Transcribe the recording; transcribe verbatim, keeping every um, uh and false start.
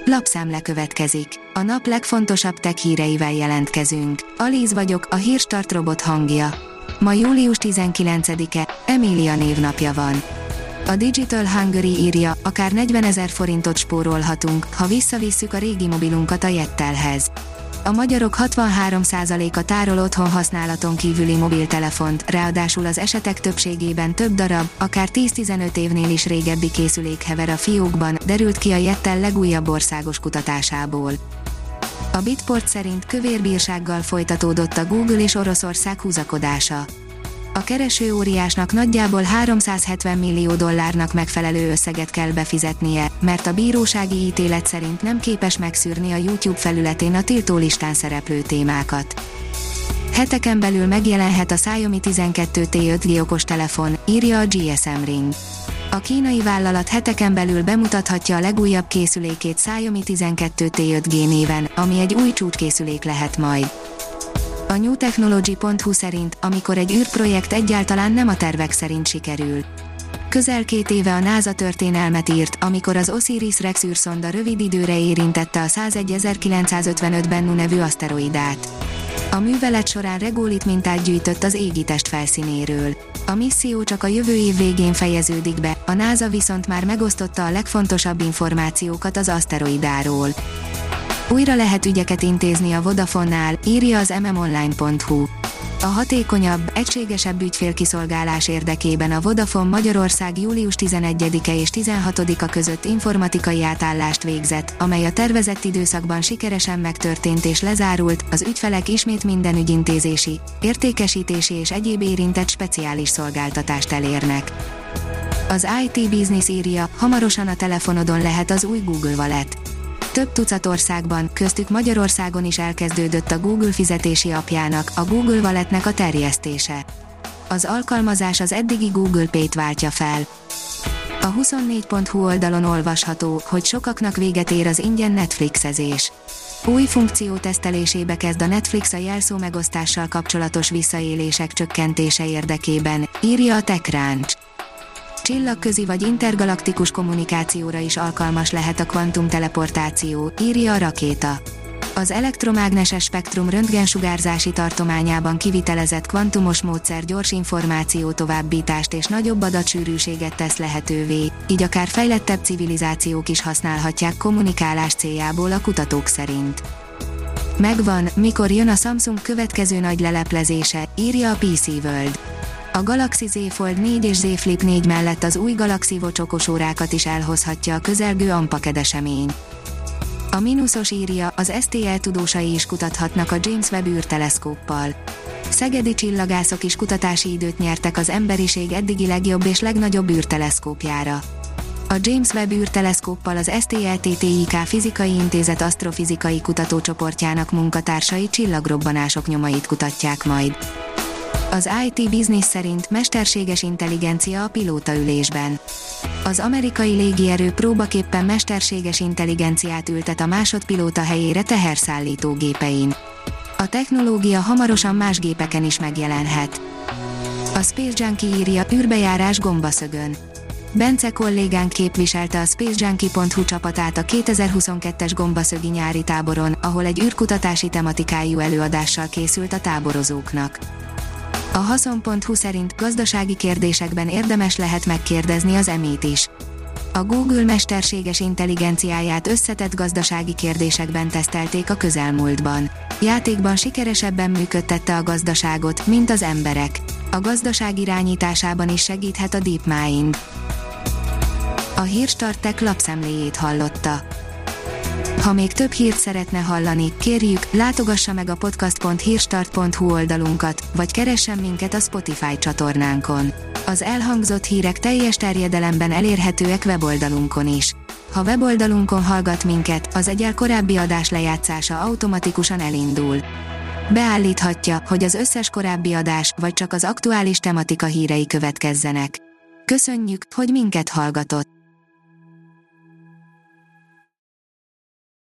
Lapszemle következik. A nap legfontosabb tech híreivel jelentkezünk. Alíz vagyok, a Hírstart robot hangja. Ma július tizenkilencedike, Emília névnapja van. A Digital Hungary írja, akár negyvenezer forintot spórolhatunk, ha visszavisszük a régi mobilunkat a Jettelhez. A magyarok hatvanhárom százaléka tárol otthon használaton kívüli mobiltelefont, ráadásul az esetek többségében több darab, akár tíz-tizenöt évnél is régebbi készülék hever a fiókban, derült ki a Jettel legújabb országos kutatásából. A Bitport szerint kövérbírsággal folytatódott a Google és Oroszország húzakodása. A kereső óriásnak nagyjából háromszázhetven millió dollárnak megfelelő összeget kell befizetnie, mert a bírósági ítélet szerint nem képes megszűrni a YouTube felületén a tiltólistán szereplő témákat. Heteken belül megjelenhet a Xiaomi tizenkettő T öt G okostelefon, írja a gé es em Ring. A kínai vállalat heteken belül bemutathatja a legújabb készülékét Xiaomi tizenkettő T öt G néven, ami egy új csúcskészülék lehet majd. A new technology pont hu szerint, amikor egy űrprojekt egyáltalán nem a tervek szerint sikerül. Közel két éve a NASA történelmet írt, amikor az Osiris-Rex űrszonda rövid időre érintette a százegy ezerkilencszázötvenöt Bennu nevű aszteroidát. A művelet során rególit mintát gyűjtött az égitest felszínéről. A misszió csak a jövő év végén fejeződik be, a NASA viszont már megosztotta a legfontosabb információkat az aszteroidáról. Újra lehet ügyeket intézni a Vodafone-nál, írja az em em online pont hu. A hatékonyabb, egységesebb ügyfélkiszolgálás érdekében a Vodafone Magyarország július tizenegyedike és tizenhatodika között informatikai átállást végzett, amely a tervezett időszakban sikeresen megtörtént és lezárult, az ügyfelek ismét minden ügyintézési, értékesítési és egyéb érintett speciális szolgáltatást elérnek. Az i té Business írja, hamarosan a telefonodon lehet az új Google Wallet. Több tucat országban, köztük Magyarországon is elkezdődött a Google fizetési appjának, a Google Walletnek a terjesztése. Az alkalmazás az eddigi Google Pay-t váltja fel. A huszonnégy pont hu oldalon olvasható, hogy sokaknak véget ér az ingyen Netflixezés. Új funkció tesztelésébe kezd a Netflix a jelszó megosztással kapcsolatos visszaélések csökkentése érdekében, írja a TechCrunch. Csillagközi vagy intergalaktikus kommunikációra is alkalmas lehet a kvantumteleportáció, írja a Rakéta. Az elektromágneses spektrum röntgensugárzási tartományában kivitelezett kvantumos módszer gyors információ továbbítást és nagyobb adatsűrűséget tesz lehetővé, így akár fejlettebb civilizációk is használhatják kommunikálás céljából a kutatók szerint. Megvan, mikor jön a Samsung következő nagy leleplezése, írja a pé cé World. A Galaxy Z Fold négy és Z Flip négy mellett az új Galaxy Watch okosórákat is elhozhatja a közelgő Unpacked esemény. A mínuszos írja, az es té e tudósai is kutathatnak a James Webb űrteleszkóppal. Szegedi csillagászok is kutatási időt nyertek az emberiség eddigi legjobb és legnagyobb űrteleszkópjára. A James Webb űrteleszkóppal az es té e té té i ká Fizikai Intézet asztrofizikai kutatócsoportjának munkatársai csillagrobbanások nyomait kutatják majd. Az i té Business szerint mesterséges intelligencia a pilótaülésben. Az amerikai légierő próbaképpen mesterséges intelligenciát ültet a másodpilóta helyére teherszállító gépein. A technológia hamarosan más gépeken is megjelenhet. A Space Junkie írja, űrbejárás Gombaszögön. Bence kollégánk képviselte a spacejunkie pont hu csapatát a kétezer-huszonkettes Gombaszögi nyári táboron, ahol egy űrkutatási tematikájú előadással készült a táborozóknak. A haszon pont hu szerint gazdasági kérdésekben érdemes lehet megkérdezni az emét is. A Google mesterséges intelligenciáját összetett gazdasági kérdésekben tesztelték a közelmúltban. Játékban sikeresebben működtette a gazdaságot, mint az emberek. A gazdaság irányításában is segíthet a DeepMind. A Hírstart Tech lapszemléjét hallotta. Ha még több hírt szeretne hallani, kérjük, látogassa meg a podcast pont hírstart pont hu oldalunkat, vagy keressen minket a Spotify csatornánkon. Az elhangzott hírek teljes terjedelemben elérhetőek weboldalunkon is. Ha weboldalunkon hallgat minket, az egyel korábbi adás lejátszása automatikusan elindul. Beállíthatja, hogy az összes korábbi adás, vagy csak az aktuális tematika hírei következzenek. Köszönjük, hogy minket hallgatott!